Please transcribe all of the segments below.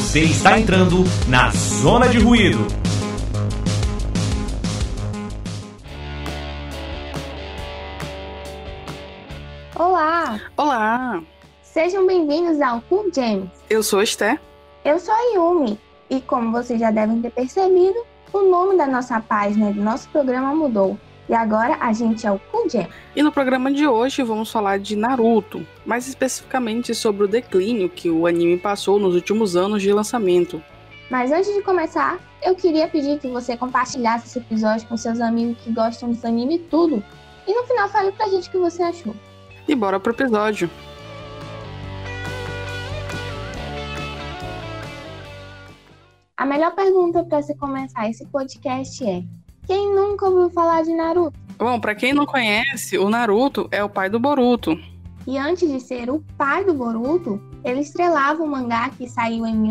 Você está entrando na Zona de Ruído. Olá! Olá! Sejam bem-vindos ao Cool Jams. Eu sou a Esté. Eu sou a Yumi. E como vocês já devem ter percebido, o nome da nossa página do nosso programa mudou. E agora a gente é o Cool Jam. E no programa de hoje vamos falar de Naruto, mais especificamente sobre o declínio que o anime passou nos últimos anos de lançamento. Mas antes de começar, eu queria pedir que você compartilhasse esse episódio com seus amigos que gostam desse anime e tudo. E no final fale pra gente o que você achou. E bora pro episódio. A melhor pergunta para se começar esse podcast é: quem nunca ouviu falar de Naruto? Bom, pra quem não conhece, o Naruto é o pai do Boruto. E antes de ser o pai do Boruto, ele estrelava o mangá que saiu em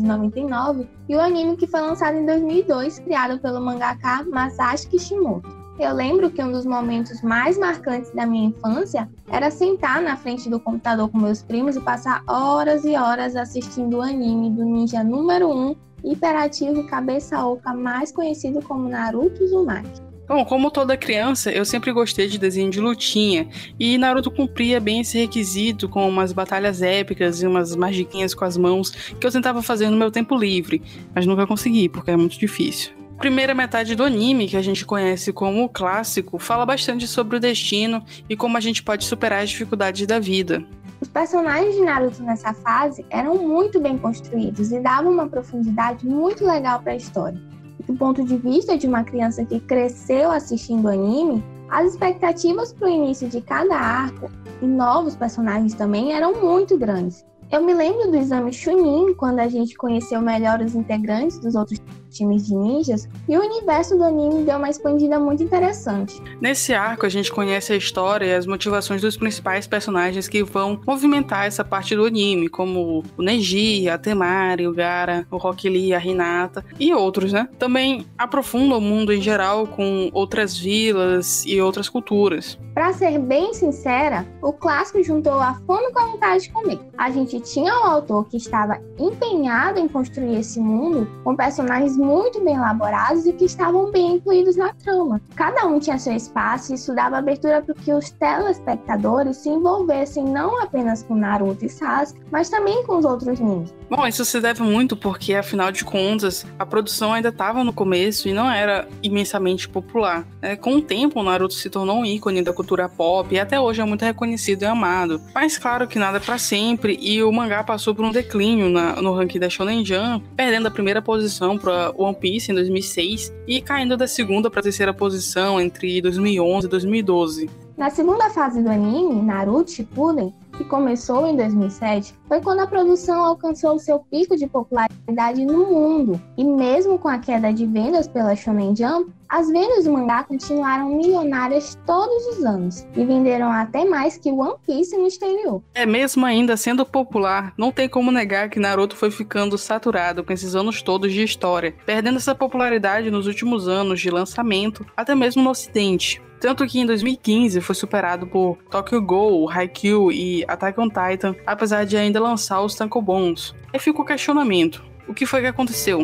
1999 e o anime que foi lançado em 2002, criado pelo mangaka Masashi Kishimoto. Eu lembro que um dos momentos mais marcantes da minha infância era sentar na frente do computador com meus primos e passar horas e horas assistindo o anime do ninja número 1, hiperativo cabeça oca, mais conhecido como Naruto Uzumaki. Bom, como toda criança, eu sempre gostei de desenho de lutinha, e Naruto cumpria bem esse requisito com umas batalhas épicas e umas magiquinhas com as mãos que eu tentava fazer no meu tempo livre, mas nunca consegui, porque é muito difícil. A primeira metade do anime, que a gente conhece como o clássico, fala bastante sobre o destino e como a gente pode superar as dificuldades da vida. Os personagens de Naruto nessa fase eram muito bem construídos e davam uma profundidade muito legal para a história. Do ponto de vista de uma criança que cresceu assistindo anime, as expectativas para o início de cada arco e novos personagens também eram muito grandes. Eu me lembro do exame Chunin, quando a gente conheceu melhor os integrantes dos outros times de ninjas, e o universo do anime deu uma expandida muito interessante. Nesse arco, a gente conhece a história e as motivações dos principais personagens que vão movimentar essa parte do anime, como o Neji, a Temari, o Gaara, o Rock Lee, a Hinata e outros, né? Também aprofunda o mundo em geral com outras vilas e outras culturas. Pra ser bem sincera, o clássico juntou a fome com a vontade de comer. A gente tinha um autor que estava empenhado em construir esse mundo com personagens muito bem elaborados e que estavam bem incluídos na trama. Cada um tinha seu espaço e isso dava abertura para que os telespectadores se envolvessem não apenas com Naruto e Sasuke, mas também com os outros ninjas. Bom, isso se deve muito porque, afinal de contas, a produção ainda estava no começo e não era imensamente popular. Com o tempo, o Naruto se tornou um ícone da cultura pop e até hoje é muito reconhecido e amado. Mas claro que nada é pra sempre e o mangá passou por um declínio no ranking da Shonen Jump, perdendo a primeira posição para One Piece em 2006 e caindo da segunda para a terceira posição entre 2011 e 2012. Na segunda fase do anime, Naruto Shippuden, que começou em 2007, foi quando a produção alcançou o seu pico de popularidade no mundo. E mesmo com a queda de vendas pela Shonen Jump, as vendas do mangá continuaram milionárias todos os anos e venderam até mais que One Piece no exterior. Mesmo ainda sendo popular, não tem como negar que Naruto foi ficando saturado com esses anos todos de história, perdendo essa popularidade nos últimos anos de lançamento, até mesmo no ocidente. Tanto que em 2015 foi superado por Tokyo Ghoul, Haikyuu e Attack on Titan, apesar de ainda lançar os tankobons. Aí fica o questionamento: o que foi que aconteceu?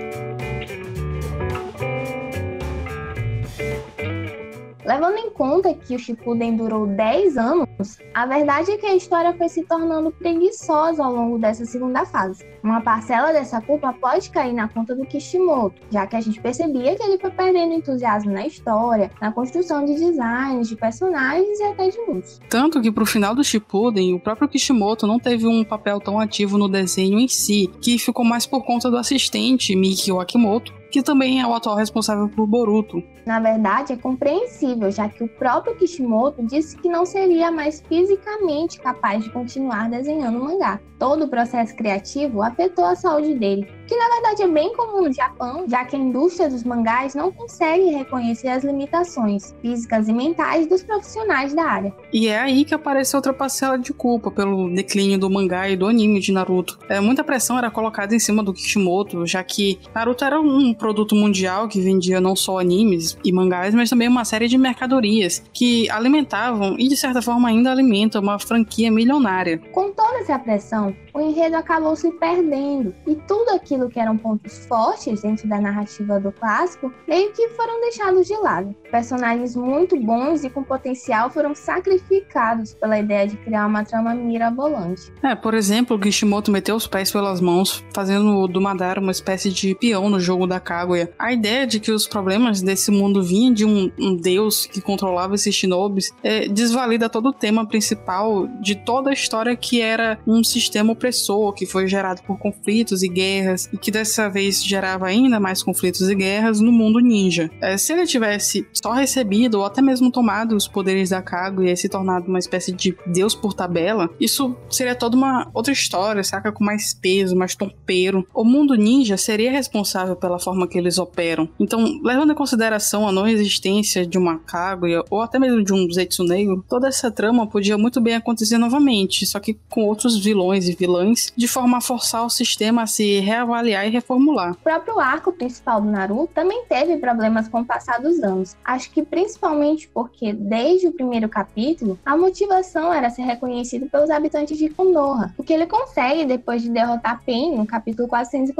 Levando em conta que o Shippuden durou 10 anos, a verdade é que a história foi se tornando preguiçosa ao longo dessa segunda fase. Uma parcela dessa culpa pode cair na conta do Kishimoto, já que a gente percebia que ele foi perdendo entusiasmo na história, na construção de designs, de personagens e até de luz. Tanto que pro final do Shippuden, o próprio Kishimoto não teve um papel tão ativo no desenho em si, que ficou mais por conta do assistente Mikio Akimoto, que também é o atual responsável por Boruto. Na verdade, é compreensível, já que o próprio Kishimoto disse que não seria mais fisicamente capaz de continuar desenhando o mangá. Todo o processo criativo afetou a saúde dele, que na verdade é bem comum no Japão, já que a indústria dos mangás não consegue reconhecer as limitações físicas e mentais dos profissionais da área. E é aí que aparece outra parcela de culpa pelo declínio do mangá e do anime de Naruto. Muita pressão era colocada em cima do Kishimoto, já que Naruto era um produto mundial que vendia não só animes e mangás, mas também uma série de mercadorias que alimentavam e de certa forma ainda alimentam uma franquia milionária. Com toda essa pressão, o enredo acabou se perdendo e tudo aquilo que eram pontos fortes dentro da narrativa do clássico meio que foram deixados de lado. Personagens muito bons e com potencial foram sacrificados pela ideia de criar uma trama mirabolante. Por exemplo, o Kishimoto meteu os pés pelas mãos, fazendo do Madara uma espécie de peão no jogo da Kaguya. A ideia de que os problemas desse mundo vinham de um deus que controlava esses shinobis desvalida todo o tema principal de toda a história, que era um sistema opressor que foi gerado por conflitos e guerras e que dessa vez gerava ainda mais conflitos e guerras no mundo ninja. Se ele tivesse só recebido ou até mesmo tomado os poderes da Kaguya e se tornado uma espécie de deus por tabela, isso seria toda uma outra história, saca? Com mais peso, mais tompeiro. O mundo ninja seria responsável pela forma que eles operam. Então, levando em consideração a não existência de uma Kaguya ou até mesmo de um Zetsu Negro, toda essa trama podia muito bem acontecer novamente, só que com outros vilões e vilãs, de forma a forçar o sistema a se reavaliar e reformular. O próprio arco principal do Naruto também teve problemas com o passar dos anos. Acho que principalmente porque, desde o primeiro capítulo, a motivação era ser reconhecido pelos habitantes de Konoha, o que ele consegue depois de derrotar Pain no capítulo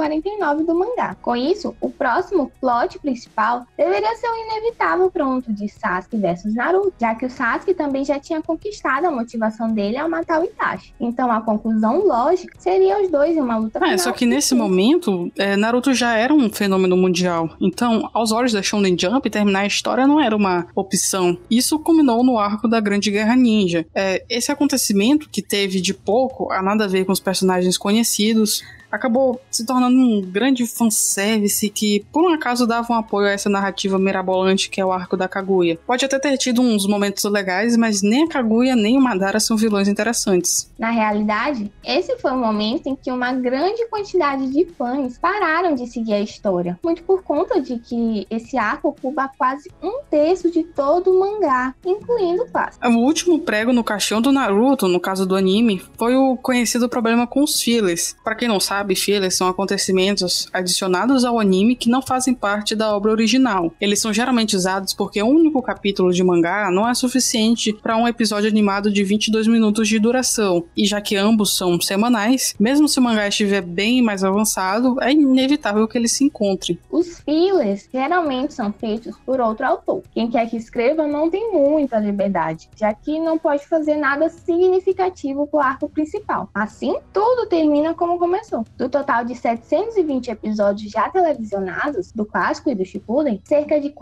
449 do mangá. Com isso, o próximo plot principal deveria ser o inevitável confronto de Sasuke versus Naruto, já que o Sasuke também já tinha conquistado a motivação dele ao matar o Itachi. Então a conclusão lógica seria os dois em uma luta final. Só que nesse momento, Naruto já era um fenômeno mundial. Então, aos olhos da Shonen Jump, terminar a história não era uma opção. Isso culminou no arco da Grande Guerra Ninja. Esse acontecimento, que teve de pouco a nada a ver com os personagens conhecidos, acabou se tornando um grande fanservice que, por um acaso, dava um apoio a essa narrativa mirabolante que é o arco da Kaguya. Pode até ter tido uns momentos legais, mas nem a Kaguya nem o Madara são vilões interessantes. Na realidade, esse foi o momento em que uma grande quantidade de fãs pararam de seguir a história, muito por conta de que esse arco ocupa quase 1/3 de todo o mangá, incluindo o clássico. O último prego no caixão do Naruto, no caso do anime, foi o conhecido problema com os fillers. Pra quem não sabe, fillers são acontecimentos adicionados ao anime que não fazem parte da obra original. Eles são geralmente usados porque um único capítulo de mangá não é suficiente para um episódio animado de 22 minutos de duração, e já que ambos são semanais, mesmo se o mangá estiver bem mais avançado, é inevitável que eles se encontrem. Os fillers geralmente são feitos por outro autor. Quem quer que escreva não tem muita liberdade, já que não pode fazer nada significativo pro arco principal. Assim, tudo termina como começou. Do total de 720 episódios já televisionados, do clássico e do Shippuden, cerca de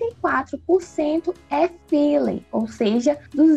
44% é filler, ou seja,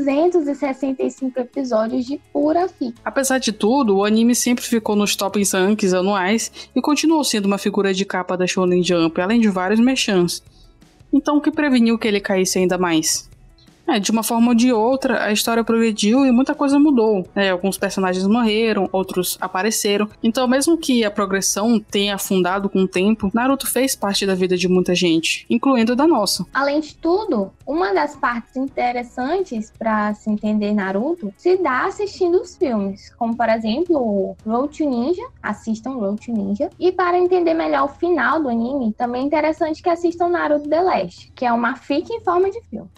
265 episódios de pura ficção. Apesar de tudo, o anime sempre ficou nos top rankings anuais e continuou sendo uma figura de capa da Shonen Jump, além de vários merchans. Então, o que preveniu que ele caísse ainda mais? De uma forma ou de outra, a história progrediu e muita coisa mudou. Alguns personagens morreram, outros apareceram. Então, mesmo que a progressão tenha afundado com o tempo, Naruto fez parte da vida de muita gente, incluindo da nossa. Além de tudo, uma das partes interessantes para se entender Naruto se dá assistindo os filmes, como por exemplo o Road to Ninja, assistam Road to Ninja. E para entender melhor o final do anime, também é interessante que assistam Naruto The Last, que é uma fic em forma de filme.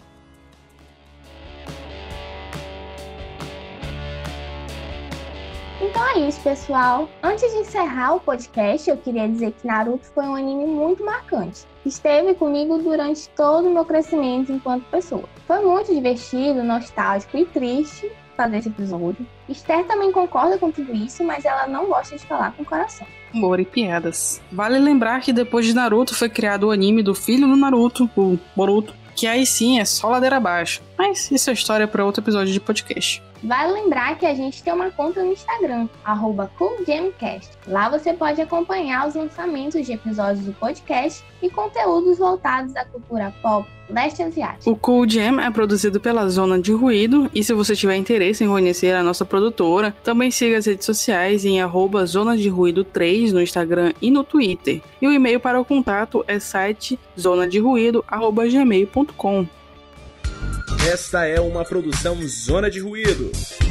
Então é isso, pessoal. Antes de encerrar o podcast, eu queria dizer que Naruto foi um anime muito marcante. Esteve comigo durante todo o meu crescimento enquanto pessoa. Foi muito divertido, nostálgico e triste fazer esse episódio. Esther também concorda com tudo isso, mas ela não gosta de falar com o coração. Humor e piadas. Vale lembrar que depois de Naruto foi criado o anime do filho do Naruto, o Boruto, que aí sim é só ladeira abaixo. Mas isso é história para outro episódio de podcast. Vale lembrar que a gente tem uma conta no Instagram, @CoolJamCast. Lá você pode acompanhar os lançamentos de episódios do podcast e conteúdos voltados à cultura pop leste asiática. O Cool Jam é produzido pela Zona de Ruído, e se você tiver interesse em conhecer a nossa produtora, também siga as redes sociais em @zonaderuído3 no Instagram e no Twitter. E o e-mail para o contato é site zonaderuído@gmail.com. Esta é uma produção Zona de Ruído.